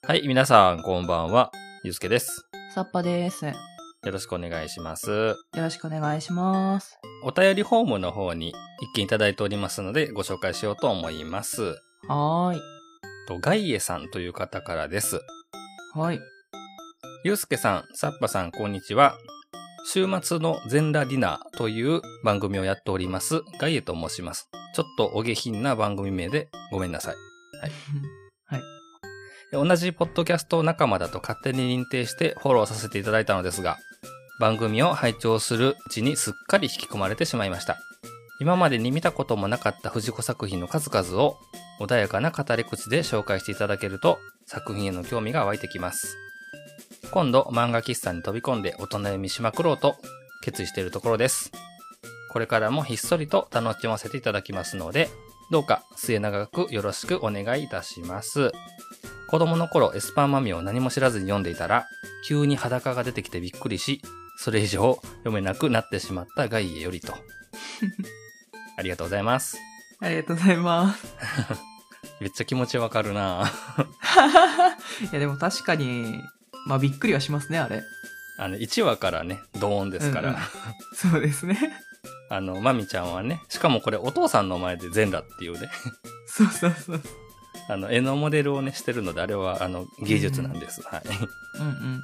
はい、皆さんこんばんは。ゆうすけです。 さっぱです。よよろしくお願いします。 ろしくお願いします。 お便りフォームの方に一件いただいておりますのでご紹介しようと思います。 はーい。 ガイエさんという方からです。 はい。 ゆうすけさん、さっぱさん、こんにちは。週末の全裸ディナーという番組をやっております、ガイエと申します。ちょっとお下品な番組名でごめんなさい。はい。 はい。 同じポッドキャスト仲間だと勝手に認定してフォローさせていただいたのですが、番組を拝聴するうちにすっかり引き込まれてしまいました。今までに見たこともなかった藤子作品の数々を穏やかな語り口で紹介していただけると作品への興味が湧いてきます。今度漫画喫茶に飛び込んで大人読みしまくろうと決意しているところです。これからもひっそりと楽しませていただきますので、どうか末永くよろしくお願いいたします。子供の頃エスパーマミを何も知らずに読んでいたら、急に裸が出てきてびっくりし、それ以上読めなくなってしまったガイエよりと。ありがとうございます。 ありがとうございます。 めっちゃ気持ちわかるな。 いやでも確かに、まあびっくりはしますね、あれ。 1話からね、ドーンですから。 そうですね。 マミちゃんはね、しかもこれお父さんの前で全裸っていうね。 そうそうそう。 絵のモデルをね、してるので、あれは、芸術なんです。はい。 うん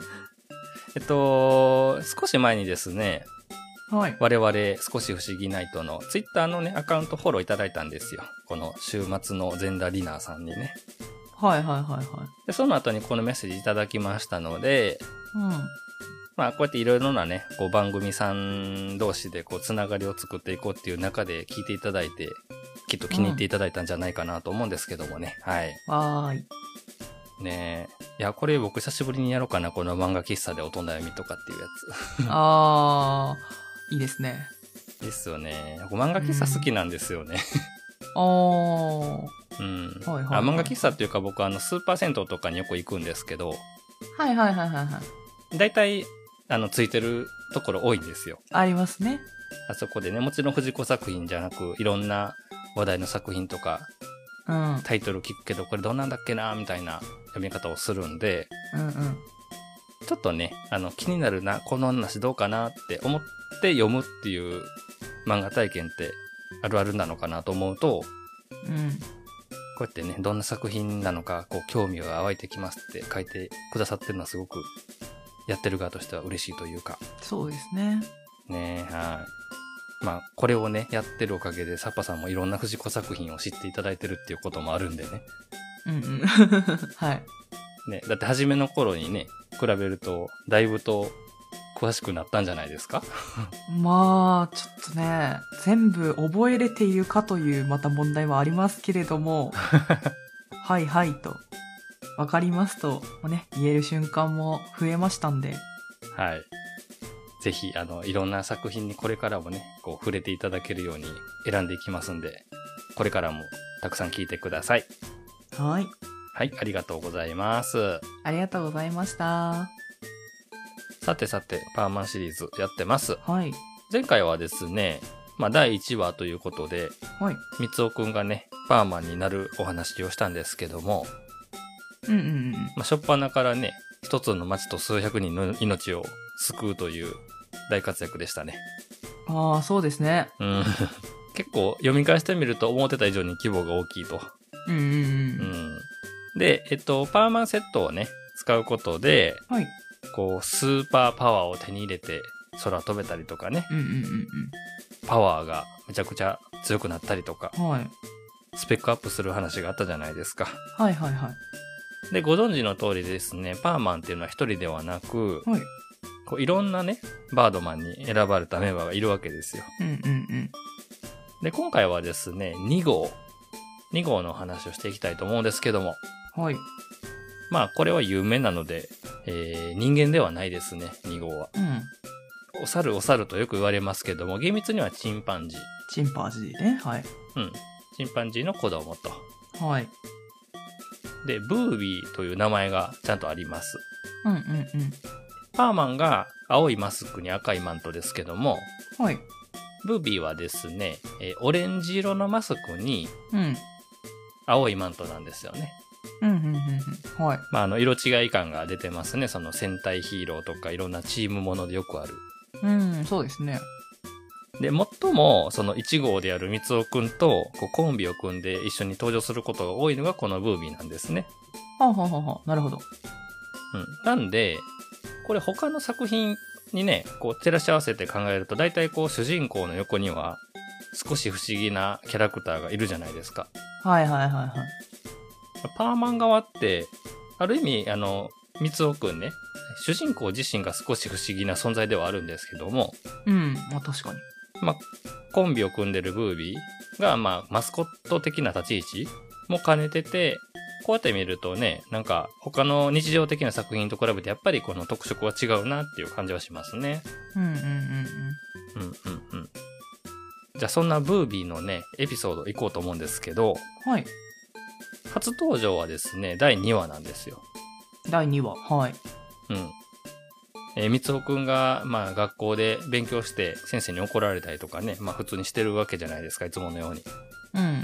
少し前にですね、 うん。はい。 我々、少し不思議ナイトのツイッターのね、アカウントフォローいただいたんですよ。この週末の全裸ディナーさんにね。 はいはいはいはい。 で、その後にこのメッセージいただきましたので、 うん。 まあ、こうやっていろいろなね、こう番組さん同士でこう、つながりを作っていこうっていう中で聞いていただいて、きっと気に入っていただいたんじゃないかなと思うんですけどもね。はい。 わーい。 ねえ。いや、これ僕久しぶりにやろうかな。この漫画喫茶で大人読みとかっていうやいいですね。 つ。いいっすよね。僕漫画喫茶好きなんですよね。 うん。 はいはい。漫画喫茶っていうか僕スーパー銭湯とかによく行くんですけど。 はいはいはいはいはい。 だいたい、ついてるところ多いんですよ。 ありますね。 あそこでね、もちろん藤子作品じゃなく、いろんな話題の作品とか、 うん。 タイトル聞くけど、これどんなんだっけなみたいな読み方をするんで、 うんうん。 ちょっとね、気になるな、この話どうかなって思って読むっていう漫画体験ってあるあるなのかなと思うと、 うん。 こうやってね、どんな作品なのか、こう、興味が湧いてきますって書いてくださってるのはすごく、やってる側としては嬉しいというか。 そうですね。 ねえ、はい。まあ、これをね、やってるおかげで、サッパさんもいろんな藤子作品を知っていただいてるっていうこともあるんでね。 うんうん。はい。 ね、だって初めの頃にね、比べると、だいぶと詳しくなったんじゃないですか？ まあ、ちょっとね、全部覚えれているかというまた問題はありますけれども、はいはいと、わかりますと、ね、言える瞬間も増えましたんで。 はい。ぜひ、いろんな作品にこれからもね、こう、触れていただけるように選んでいきますんで、これからもたくさん聞いてください。 はい。 はい、ありがとうございます。 ありがとうございました。 さてさて、パーマンシリーズやってます。 はい。 前回はですね、まあ、第1話ということで、 はい。 みつおくんがね、パーマンになるお話をしたんですけども、 うんうんうん。 まあ、初っ端からね、一つの町と数百人の命を救うという大活躍でしたね。 ああ、そうですね。 うん。結構読み返してみると思ってた以上に規模が大きいと。 うんうんうん。 うん。で、パーマンセットをね、使うことで、 はい。 こう、スーパーパワーを手に入れて空飛べたりとかね、 うんうんパワーがめちゃくちゃ強くなったりとか、 うん。はい。 スペックアップする話があったじゃないですか。 はいはいはい。 で、ご存知の通りですね、パーマンっていうのは一人ではなく、 はい。 こういろんなね、バードマンに選ばれたメンバーがいるわけですよ。 うんうんうん。 で、今回はですね、2号の話をしていきたいと思うんですけども、 はい。 まあ、これは有名なので、人間ではないですね、2号は。 うん。 お猿とよく言われますけども、厳密にはチンパンジー。 チンパンジーね。はい。 うん。チンパンジーの子供と。 はい。 で、ブービーという名前がちゃんとあります。 うんうんうん。 パーマンが青いマスクに赤いマントですけども、 はい。 ブービーはですね、オレンジ色のマスクにうん。 青いマントなんですよね。 うんうんうん。はい。 まあ、色違い感が出てますね。その戦隊ヒーローとかいろんなチームものでよくある。 うん、そうですね。 で、最も、その1号である三尾くんと、こう、コンビを組んで一緒に登場することが多いのがこのブービーなんですね。 はあ、はあはあはあ、なるほど。 うん。なんで、これ他の作品にね、こう、照らし合わせて考えると、大体こう、主人公の横には、少し不思議なキャラクターがいるじゃないですか。 はいはいはいはい。 パーマン側って、ある意味、三尾くんね、主人公自身が少し不思議な存在ではあるんですけども、 うん、まあ確かに。 まあ、コンビを組んでるブービーが、まあ、マスコット的な立ち位置も兼ねてて、こうやって見るとね、なんか他の日常的な作品と比べてやっぱりこの特色は違うなっていう感じはしますね。 うんうんうんうんうんうん。じゃあそんなブービーのね、エピソード行こうと思うんですけど、 うん。はい。 初登場はですね、第2話なんですよ。 第2話。はい。 うん。三尾くんが、まあ学校で勉強して先生に怒られたりとかね、まあ普通にしてるわけじゃないですか、いつものように。 うんうんうん。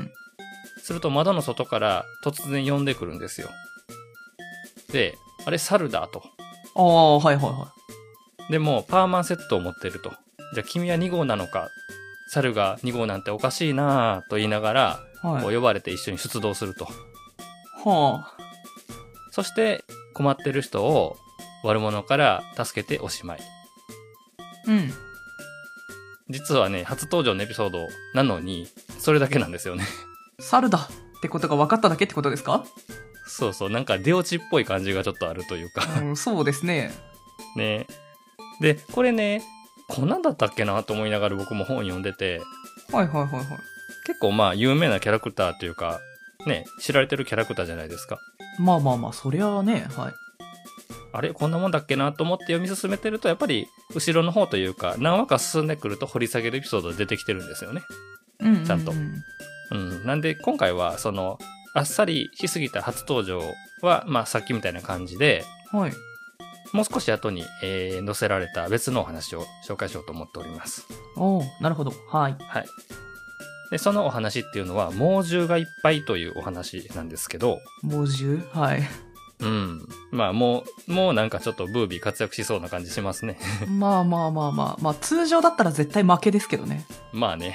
すると窓の外から突然呼んでくるんですよ。で、あれ猿だと。 ああ、はいはいはでもパーマンセットを持ってると。じゃあ君は2号なのか。猿が2号なんておかしいなぁと言いながら、 い。はい。 こう呼ばれて一緒に出動すると。 はあ。 そして困ってる人を悪者から助けておしまい。 うん。 実はね、初登場のエピソードなのに、それだけなんですよね。 猿だってことが分かっただけってことですか？ そうそう、なんか出落ちっぽい感じがちょっとあるというか。 うん、そうですね。 ね。で、これね、こんなんだったっけなと思いながら僕も本読んでて、 はいはいはいはい。 結構まあ有名なキャラクターというか、ね、知られてるキャラクターじゃないですか。 まあまあまあ、そりゃあね、はい。 あれこんなもんだっけなと思って読み進めてると、やっぱり後ろの方というか、何話か進んでくると掘り下げるエピソード出てきてるんですよね。 うんうんうん、 ちゃんとうん。なんで今回は、その、あっさりしすぎた初登場は、まあさっきみたいな感じで、 はい。 もう少し後に、載せられた別のお話を紹介しようと思っております。 おー、なるほど。はい。 はい。で、そのお話っていうのは、猛獣がいっぱいというお話なんですけど、 猛獣はい。 うん。まあもうなんかちょっとブービー活躍しそうな感じしますね。 まあまあまあまあ、まあ通常だったら絶対負けですけどね。 まあね。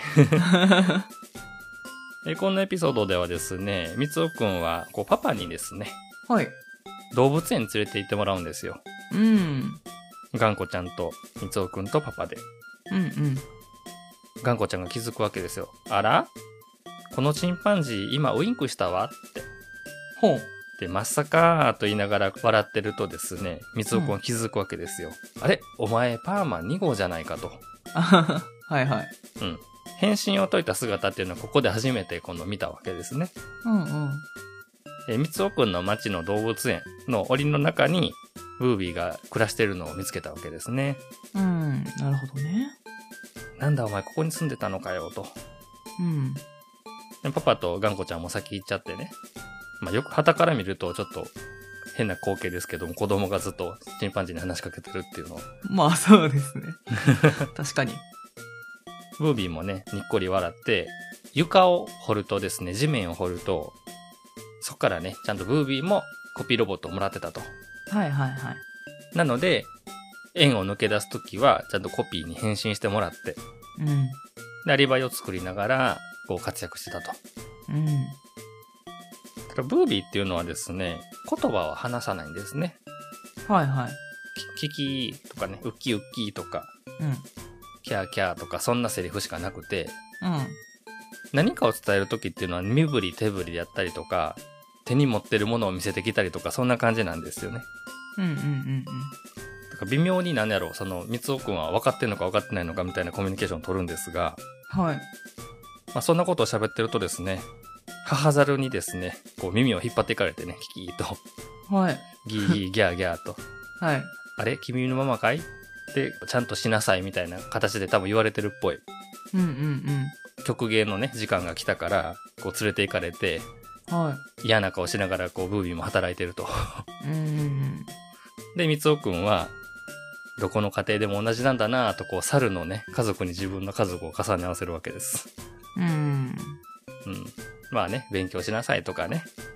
こんなエピソードではですね、三尾くんは、こう、パパにですね、 はい。 動物園に連れて行ってもらうんですよ。 うん。 頑固ちゃんと三尾くんとパパで。 うんうん。 頑固ちゃんが気づくわけですよ。あらこのチンパンジー今ウインクしたわって。 ほう。 で、まさかと言いながら笑ってるとですね、三尾くんは気づくわけですよ。あれお前パーマン2号じゃないかと。 あはははいはい。 うん。変身を解いた姿っていうのはここで初めて今度見たわけですね。 うんうん。 三尾くんの町の動物園の檻の中にブービーが暮らしてるのを見つけたわけですね。 うん。なるほどね。 なんだお前ここに住んでたのかよと。 うん。 でパパと頑固ちゃんも先行っちゃってね。まあよく旗から見るとちょっと変な光景ですけども、子供がずっとチンパンジーに話しかけてるっていうのを。 まあそうですね。確かに。 ブービーもね、にっこり笑って、床を掘るとですね、地面を掘ると、そっからね、ちゃんとブービーもコピーロボットをもらってたと。 はいはいはい。 なので、円を抜け出すときは、ちゃんとコピーに変身してもらって、 うん。 でアリバイを作りながら、こう活躍してたと。 うん。 ただブービーっていうのはですね、言葉は話さないんですね。 はいはい。 キキとかね、ウッキウッキとか、 うん。 キャーキャーとか、そんなセリフしかなくて、 うん。 何かを伝えるときっていうのは身振り手振りでやったりとか、手に持ってるものを見せてきたりとか、そんな感じなんですよね。 うんうんうんだから微妙になんやろう、その、三尾くんは分かってんのか分かってないのかみたいなコミュニケーションを取るんですが、 うん。はい。 まあそんなことを喋ってるとですね、母猿にですね、こう耳を引っ張っていかれてね、キキーと、 はい。 ギーギーギャーギャーと、 はい。 あれ君のままかいで、ちゃんとしなさいみたいな形で多分言われてるっぽい。 うんうん曲芸のね、時間が来たから、こう連れて行かれて、 うん。は嫌な顔しながらこうブービーも働いてると。 い。うんうんで、三尾くんは、どこの家庭でも同じなんだなぁと、こう、猿のね、家族に自分の家族を重ね合わせるわけです。 うん。うん。 うん。まあね、勉強しなさいとかね、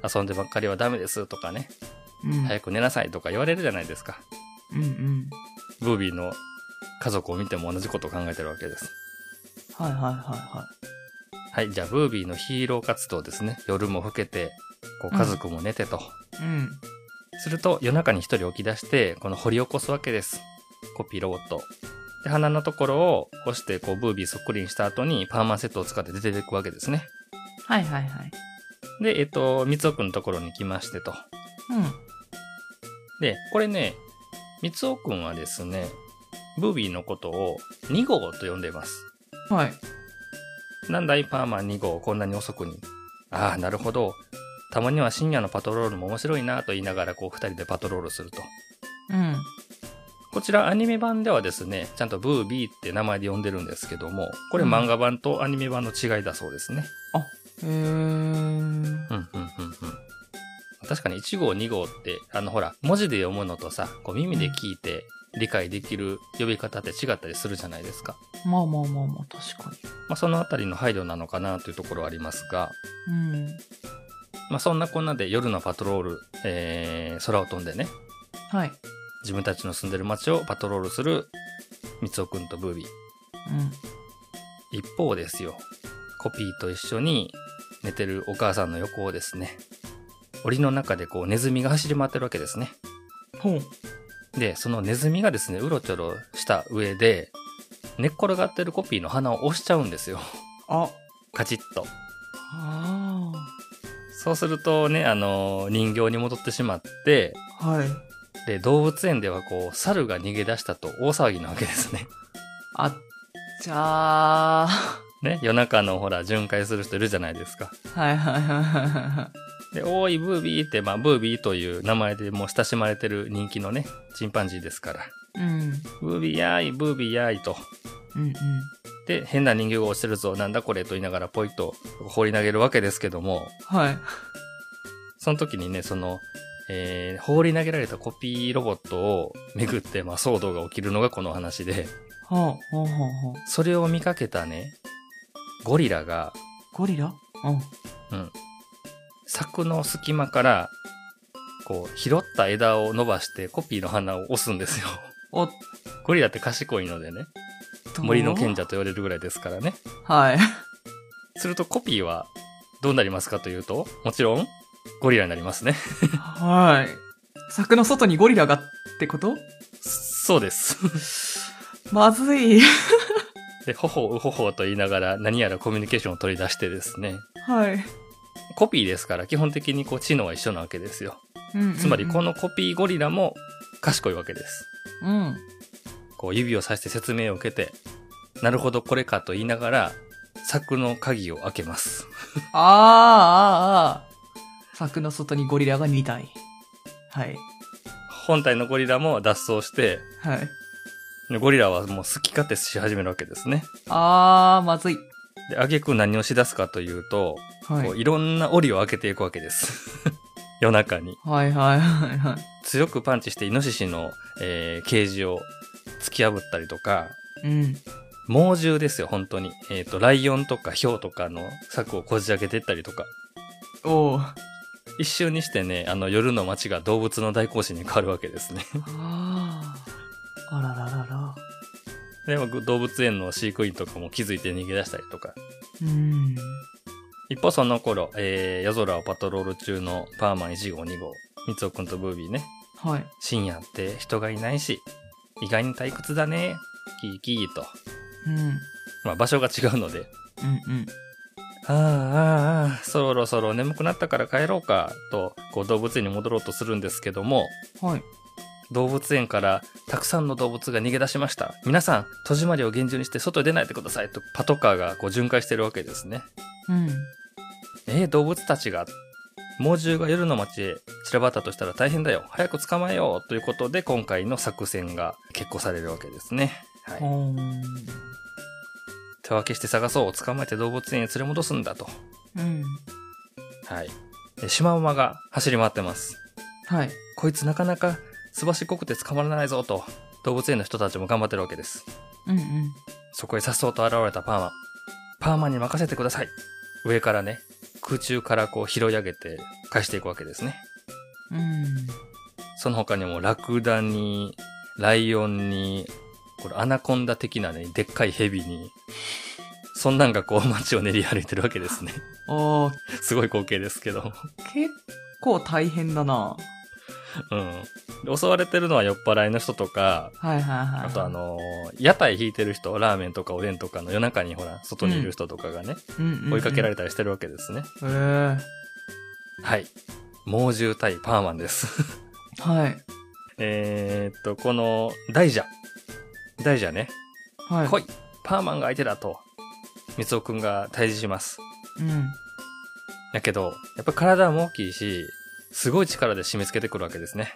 遊んでばっかりはダメですとかね、 うん。 早く寝なさいとか言われるじゃないですか。 うんうん。 ブービーの家族を見ても同じことを考えてるわけです。 はいはいはいははい、じゃあブービーのヒーロー活動ですね。夜も更けて、こう家族も寝てと。 い。うん。 すると夜中に一人起き出して、この掘り起こすわけです。コピーロボット。で、鼻のところを押して、こうブービーそっくりにした後にパーマンセットを使って出ていくわけですね。 はいはいはい。 で、みつおくんのところに来ましてと。 うん。 で、これね、みつおくんはですね、ブービーのことを2号と呼んでいます。 はい。 なんだいパーマン2号こんなに遅くに。ああ、なるほど。たまには深夜のパトロールも面白いなと言いながらこう二人でパトロールすると。 うん。 こちらアニメ版ではですね、ちゃんとブービーって名前で呼んでるんですけども、これ漫画版とアニメ版の違いだそうですね。 へー。 確かに1号2号って、ほら、文字で読むのとさ、こう耳で聞いて理解できる呼び方って違ったりするじゃないですか。 まあまあまあまあ、確かに。 まあそのあたりの配慮なのかなというところはありますが、 うん。 まあそんなこんなで夜のパトロール、空を飛んでね、 はい。 自分たちの住んでる街をパトロールするみつおくんとブービー。 うん。 一方ですよ、コピーと一緒に寝てるお母さんの横をですね、檻の中でこうネズミが走り回ってるわけですね。 ほう。 で、そのネズミがですね、うろちょろした上で、寝っ転がってるコピーの鼻を押しちゃうんですよ。 あ。 カチッと。 あそうするとね、人形に戻ってしまって、 あ。はい。 で、動物園ではこう、猿が逃げ出したと大騒ぎなわけですね。 あっちゃー。 ね、夜中のほら、巡回する人いるじゃないですか。 はいはいはいはいはで、おーい、ブービーって、まあ、ブービーという名前でもう親しまれてる人気のね、チンパンジーですから。 い。うん。 ブービーやーい、ブービーやーいと。 うんうん。 で、変な人形が落ちてるぞ、なんだこれと言いながらポイッと放り投げるわけですけども、 はい。 その時にね、放り投げられたコピーロボットをめぐって、まあ、騒動が起きるのがこの話で、 ほうほうほうほう。 それを見かけたね、ゴリラが、 ゴリラ柵の隙間から、こう、拾った枝を伸ばしてコピーの花を押すんですよ。 お、 ゴリラって賢いのでね、森の賢者と言われるぐらいですからね。 はい。 するとコピーはどうなりますかというと、もちろん、ゴリラになりますね。 はい。柵の外にゴリラがってこと？ そうです。 まずい。 で、ほほうほほうと言いながら何やらコミュニケーションを取り出してですね、 はい。 コピーですから基本的にこう知能は一緒なわけですよ。つまりこのコピーゴリラも賢いわけです。 うん。 こう指をさして説明を受けて、なるほどこれかと言いながら、柵の鍵を開けます。 ああ。柵の外にゴリラが2体。はい。 本体のゴリラも脱走して、 はい。 ゴリラはもう好き勝手し始めるわけですね。 あー、まずい。 で、挙句何をしだすかというと、 はいこういろんな檻を開けていくわけです。夜中に。 はいはいはいはい。 強くパンチしてイノシシの、ケージを突き破ったりとか、 うん。 猛獣ですよ、本当に。ライオンとかヒョウとかの柵をこじ開けていったりとか。 おー。 一瞬にしてね、夜の街が動物の大行進に変わるわけですね。 あー。あらららら。 でも動物園の飼育員とかも気づいて逃げ出したりとか。一方その頃、夜空をパトロール中のパーマン1号2号、みつおくんとブービーね。 はい。 深夜って人がいないし、意外に退屈だね。キーキーと。 うん。 まあ場所が違うので。 うんうん。 そろそろ眠くなったから帰ろうか、と、こう動物園に戻ろうとするんですけども、 はい。 動物園からたくさんの動物が逃げ出しました。皆さん、戸締まりを厳重にして外へ出ないでくださいとパトカーがこう巡回してるわけですね。動物たちが、猛獣が夜の街へ散らばったとしたら大変だよ。早く捕まえようということで今回の作戦が決行されるわけですね。はい。手分けして探そう。捕まえて動物園へ連れ戻すんだと。はい。でシマウマが走り回ってます。 はい。 こいつなかなかすばしこくて捕まらないぞと、動物園の人たちも頑張ってるわけです。そこへさっそうと現れたパーマンに任せてください。上からね、 空中からこう拾い上げて返していくわけですね。その他にもラクダに、ライオンに、これアナコンダ的なね、でっかいヘビに、そんなんがこう街を練り歩いてるわけですね。 ああ、 すごい光景ですけど。 結構大変だな。 で襲われてるのは酔っ払いの人とか、 はいはいはい。 あと屋台引いてる人、ラーメンとかおでんとかの夜中にほら、外にいる人とかがね、追いかけられたりしてるわけですね。はい。猛獣対パーマンです。 はい。 この大蛇ね。 はい。 来いパーマンが相手だと、三尾くんが対峙します。だけど、やっぱ体も大きいし、すごい力で締め付けてくるわけですね。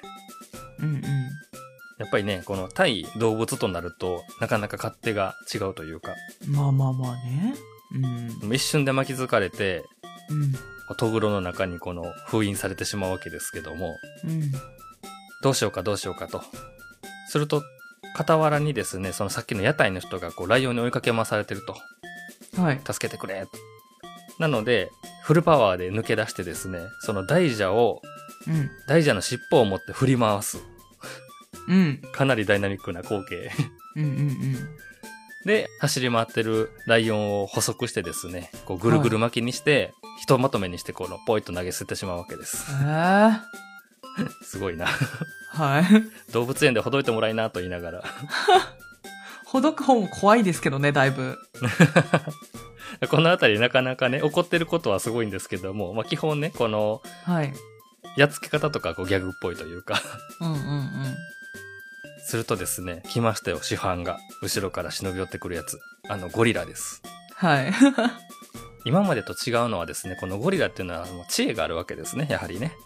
やっぱりね、この対動物となると、なかなか勝手が違うというか。 まあね。 一瞬で巻きつかれて、トグロの中にこの封印されてしまうわけですけども、どうしようかと。すると、傍らにですね、そのさっきの屋台の人がこうライオンに追いかけ回されてると。 はい。 助けてくれと。なので、フルパワーで抜け出してですね、その大蛇の尻尾を持って振り回す。かなりダイナミックな光景。で、走り回ってるライオンを捕捉してですね、こうぐるぐる巻きにして、ひとまとめにしてこのポイッと投げ捨ててしまうわけです。すごいな。 はい。 動物園でほどいてもらいなと言いながら。 ほどく方も怖いですけどね、だいぶ。 このあたりなかなかね、怒ってることはすごいんですけども、まあ、基本ね、この、やっつけ方とかこうギャグっぽいというか。するとですね、来ましたよ、主犯が。後ろから忍び寄ってくるやつ。ゴリラです。 はい。 今までと違うのはですね、このゴリラっていうのは知恵があるわけですね、やはりね。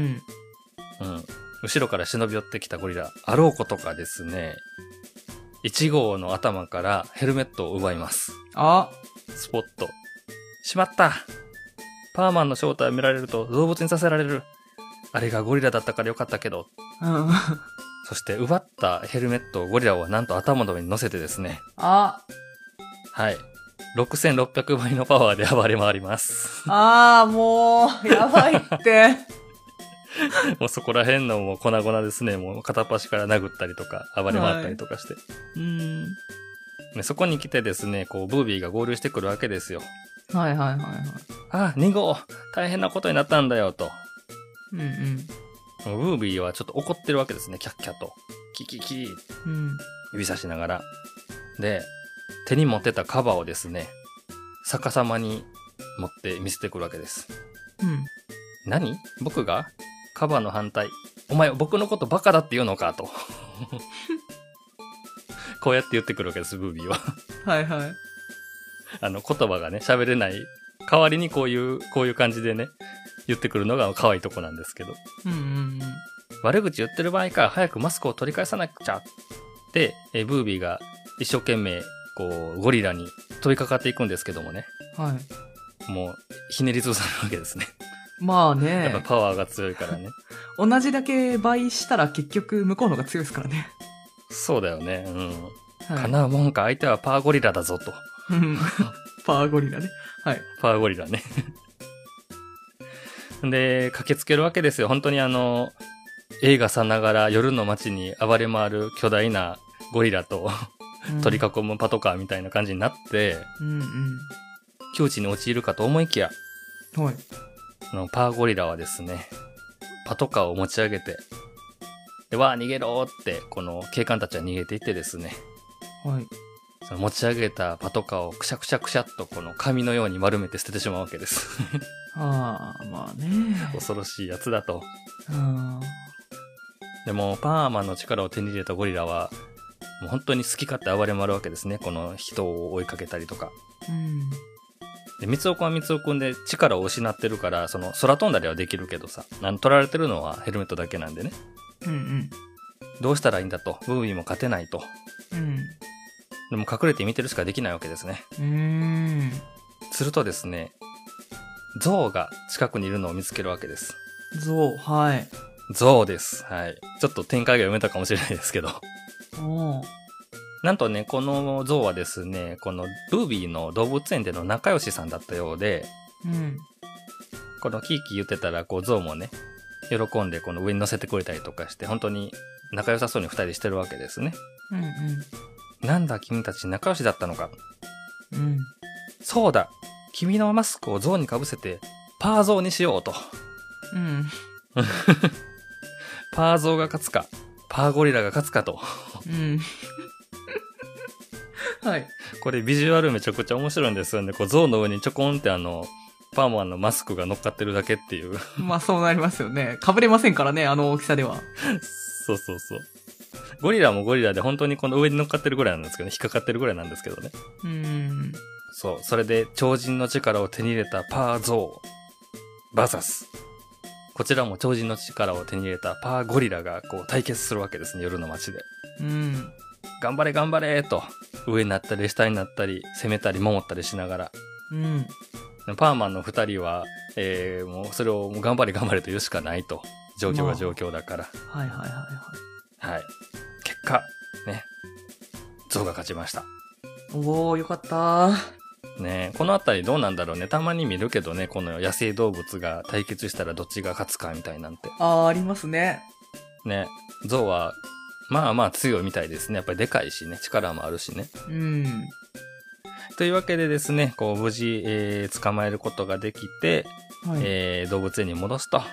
後ろから忍び寄ってきたゴリラ、あろうことかですね、1号の頭からヘルメットを奪います。スポット。しまった。パーマンの正体を見られると動物にさせられる。あれがゴリラだったからよかったけど。そして奪ったヘルメットをゴリラはなんと頭の上に乗せてですね。はい。6600倍のパワーで暴れ回ります。 もう、やばいって。 もうそこら辺のもう粉々ですね。もう片っ端から殴ったりとか暴れ回ったりとかして。そこに来てですね、こうブービーが合流してくるわけですよ。2号大変なことになったんだよと。ブービーはちょっと怒ってるわけですね。キャッキャと。キキキ指さしながら。で、手に持ってたカバをですね、逆さまに持って見せてくるわけです。何？僕がカバの反対。お前僕のことバカだって言うのかと。こうやって言ってくるわけです、ブービーは。言葉がね、喋れない。代わりにこういう感じでね、言ってくるのが可愛いとこなんですけど。悪口言ってる場合か、早くマスクを取り返さなくちゃ。で、ブービーが一生懸命、こう、ゴリラに飛びかかっていくんですけどもね。もう、ひねり潰されるわけですね。 まあね。 やっぱパワーが強いからね。 同じだけ倍したら結局向こうの方が強いですからね。 そうだよね。かなうもんか、相手はパワーゴリラだぞと。 パワーゴリラね。 パワーゴリラね。で、駆けつけるわけですよ。本当に映画さながら夜の街に暴れ回る巨大なゴリラと、取り囲むパトカーみたいな感じになって、窮地に陥るかと思いきや、パワーゴリラはですね、パトカーを持ち上げて、で、わー逃げろーって、この警官たちは逃げていってですね、その持ち上げたパトカーをくしゃくしゃくしゃっとこの紙のように丸めて捨ててしまうわけです。 まあね。 恐ろしいやつだと。でも、パーマンの力を手に入れたゴリラは、もう本当に好き勝手暴れ回るわけですね。この人を追いかけたりとか。で、三尾くんは三尾くんで力を失ってるから、その空飛んだりはできるけどさ、取られてるのはヘルメットだけなんでね。どうしたらいいんだと。ブービーも勝てないと。でも隠れて見てるしかできないわけですね。するとですね、ゾウが近くにいるのを見つけるわけです。 ゾウです。ちょっと展開が読めたかもしれないですけど。なんとね、このゾウはですね、このブービーの動物園での仲良しさんだったようで、 このキーキー言ってたら、こう、ゾウもね、喜んでこの上に乗せてくれたりとかして、本当に仲良さそうに二人してるわけですね。 うんなんだ君たち仲良しだったのか。 うん。 そうだ君のマスクをゾウにかぶせて、パーゾウにしようと。 うん。 パーゾウが勝つか、パーゴリラが勝つかと。 うん。はい。 これビジュアルめちゃくちゃ面白いんですよね。こう、ゾウの上にちょこんってパーマンのマスクが乗っかってるだけっていう。 まあそうなりますよね。被れませんからね、あの大きさでは。 そうそうそう。ゴリラもゴリラで本当にこの上に乗っかってるぐらいなんですけどね。引っかかってるぐらいなんですけどね。そう。それで超人の力を手に入れたパーゾウ。バーサス。こちらも超人の力を手に入れたパーゴリラがこう対決するわけですね。夜の街で。頑張れ頑張れと。上になったり下になったり、攻めたり守ったりしながら。パーマンの二人は、もうそれを頑張れ頑張れと言うしかないと。状況が状況だから。 はいはいはいはい。 はい。結果、ね。ゾウが勝ちました。 おー、よかったね、このあたりどうなんだろうね。たまに見るけどね、この野生動物が対決したらどっちが勝つかみたいなんて。 ありますね。 ね。ゾウは、まあまあ強いみたいですね。やっぱりでかいしね。力もあるしね。というわけでですね、こう無事、捕まえることができて、はい、動物園に戻すと。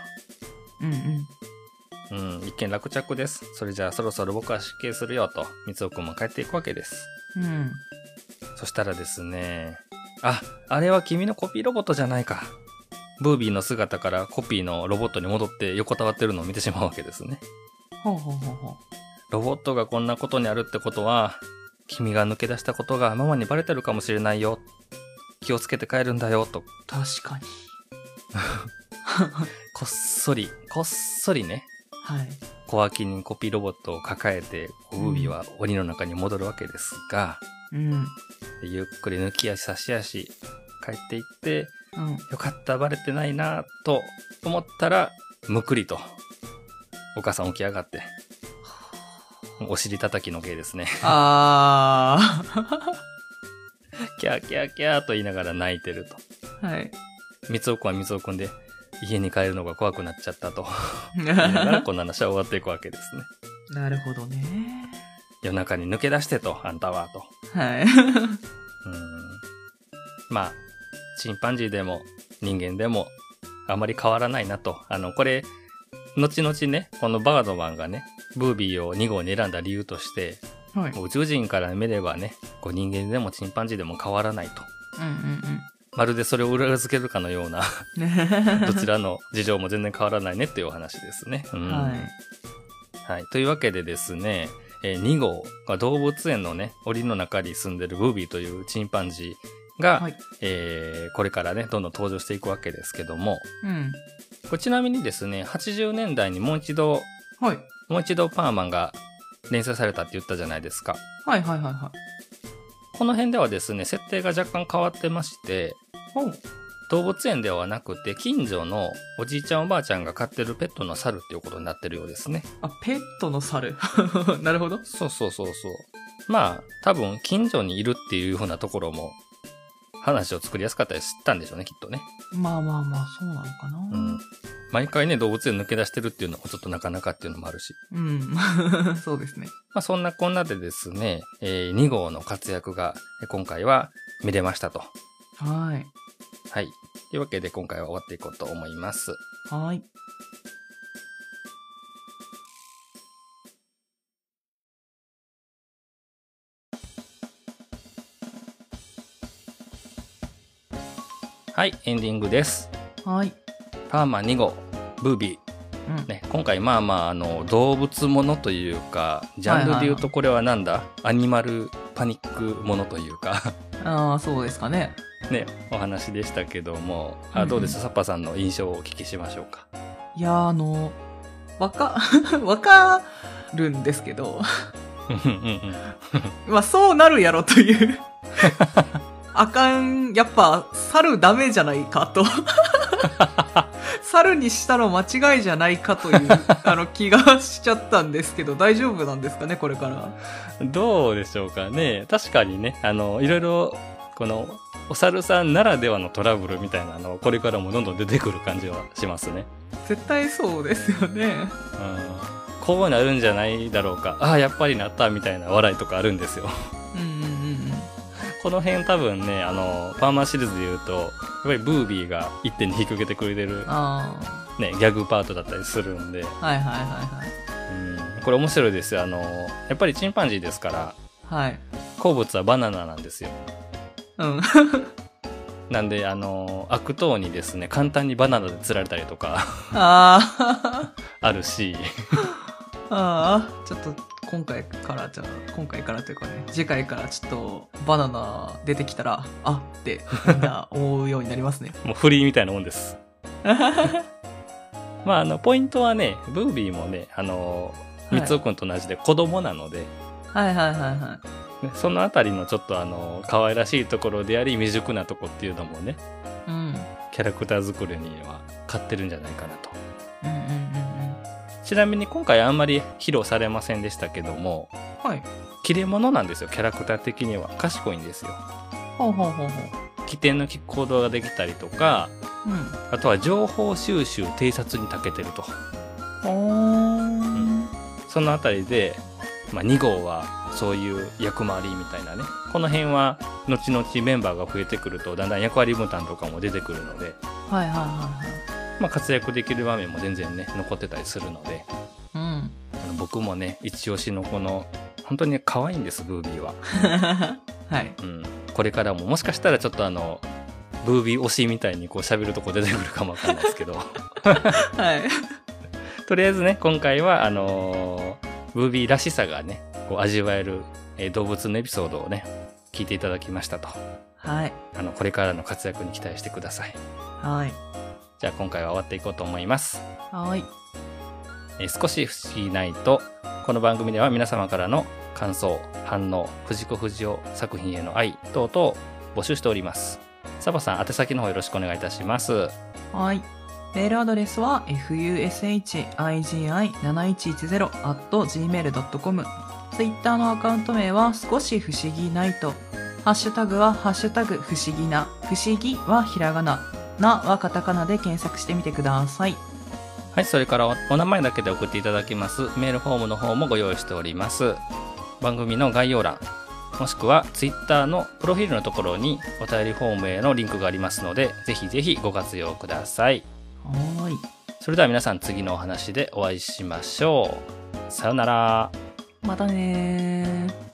一見落着です。それじゃあそろそろ僕は失敬するよと、三尾くんも帰っていくわけです。そしたらですね、あれは君のコピーロボットじゃないか。ブービーの姿からコピーのロボットに戻って横たわってるのを見てしまうわけですね。ロボットがこんなことにあるってことは、君が抜け出したことがママにバレてるかもしれないよ。気をつけて帰るんだよと。 確かに。 こっそりね。 はい。 小脇にコピーロボットを抱えて、ブービーは檻の中に戻るわけですが、ゆっくり抜き足差し足帰っていって、よかったバレてないなと思ったら、むくりとお母さん起き上がって、お尻叩きの芸ですね。キャーキャーキャーと言いながら泣いてると。 はい。 三尾くんは三尾くんで、家に帰るのが怖くなっちゃったと。言いながらこんな話は終わっていくわけですね。 なるほどね。 夜中に抜け出してと、あんたはと。 はい。 まあ、チンパンジーでも人間でもあまり変わらないなと。これ、後々ね、このバードマンがね、ブービーを2号に選んだ理由として、はい、宇宙人から見ればね、こう人間でもチンパンジーでも変わらないと。まるでそれを裏付けるかのような、どちらの事情も全然変わらないねっていうお話ですね。はい。というわけでですね、2号が動物園のね、檻の中に住んでるブービーというチンパンジーが、はい、これからね、どんどん登場していくわけですけども、これちなみにですね、80年代にもう一度パーマンが連載されたって言ったじゃないですか。この辺ではですね、設定が若干変わってまして、動物園ではなくて、近所のおじいちゃんおばあちゃんが飼ってるペットの猿っていうことになってるようですね。 ペットの猿なるほど。 そう。まあ、多分、近所にいるっていう風なところも、話を作りやすかったりしたんでしょうね、きっとね。 まあ、そうなのかな。 毎回ね、動物園抜け出してるっていうのもちょっとなかなかっていうのもあるし。 そうですね。 まあそんなこんなでですね、2号の活躍が今回は見れましたと。 はい。 というわけで今回は終わっていこうと思います。 はい。 はい、エンディングです。 はい。 パーマ2号、ブービー。ね、今回動物ものというか、ジャンルで言うとこれはなんだ、アニマルパニックものというか。 そうですかね。 ね、お話でしたけども、どうですサッパさんの印象をお聞きしましょうか。 いやわかるんですけど。まあそうなるやろという。あかん、やっぱ猿ダメじゃないかと。猿にしたの間違いじゃないかという気がしちゃったんですけど、大丈夫なんですかねこれから。 どうでしょうかね。確かにね、いろいろこのお猿さんならではのトラブルみたいなのこれからもどんどん出てくる感じはしますね。 絶対そうですよね。 こうなるんじゃないだろうか、ああやっぱりなったみたいな笑いとかあるんですよ。この辺多分ねパーマシリーズで言うとやっぱりブービーが一点に引き受けてくれてる、ね、ギャグパートだったりするんで、これ面白いですよ。やっぱりチンパンジーですから、はい、好物はバナナなんですよ。なんで悪党にですね簡単にバナナで釣られたりとかあるしちょっと今回からというかね、次回からちょっとバナナ出てきたらってみんな思うようになりますね。 もうフリーみたいなもんです。まあポイントはね、ブービーもねみつおくんと同じで子供なので、そのあたりのちょっと可愛らしいところであり未熟なとこっていうのもね、キャラクター作りには勝ってるんじゃないかなと。ちなみに今回あんまり披露されませんでしたけども、切れ者なんですよ。キャラクター的には賢いんですよ。起点の行動ができたりとか、あとは情報収集偵察に長けてると。そのあたりで、2号はそういう役回りみたいなね、この辺は後々メンバーが増えてくるとだんだん役割分担とかも出てくるので、活躍できる場面も全然ね残ってたりするので、僕もね一押しのこの本当に可愛いんです、ブービーは。これからももしかしたらちょっとブービー推しみたいにこう喋るとこ出てくるかもわかんないですけど、とりあえずね今回はブービーらしさがねこう味わえる、動物のエピソードをね聞いていただきましたと。これからの活躍に期待してください。じゃあ今回は終わっていこうと思います。少し不思議ないと、この番組では皆様からの感想、反応、藤子不二雄作品への愛等々募集しております。サバさん、宛先の方よろしくお願いいたします。 メールアドレスは fushigi7110@gmail.com。 ツイッターのアカウント名は少し不思議ないと。ハッシュタグはハッシュタグ不思議な。不思議はひらがな。なはカタカナで検索してみてください。 それからお名前だけで送っていただきますメールフォームの方もご用意しております。番組の概要欄もしくはツイッターのプロフィールのところにお便りフォームへのリンクがありますので、ぜひぜひご活用ください。それでは皆さん、次のお話でお会いしましょう。さよなら。 またね。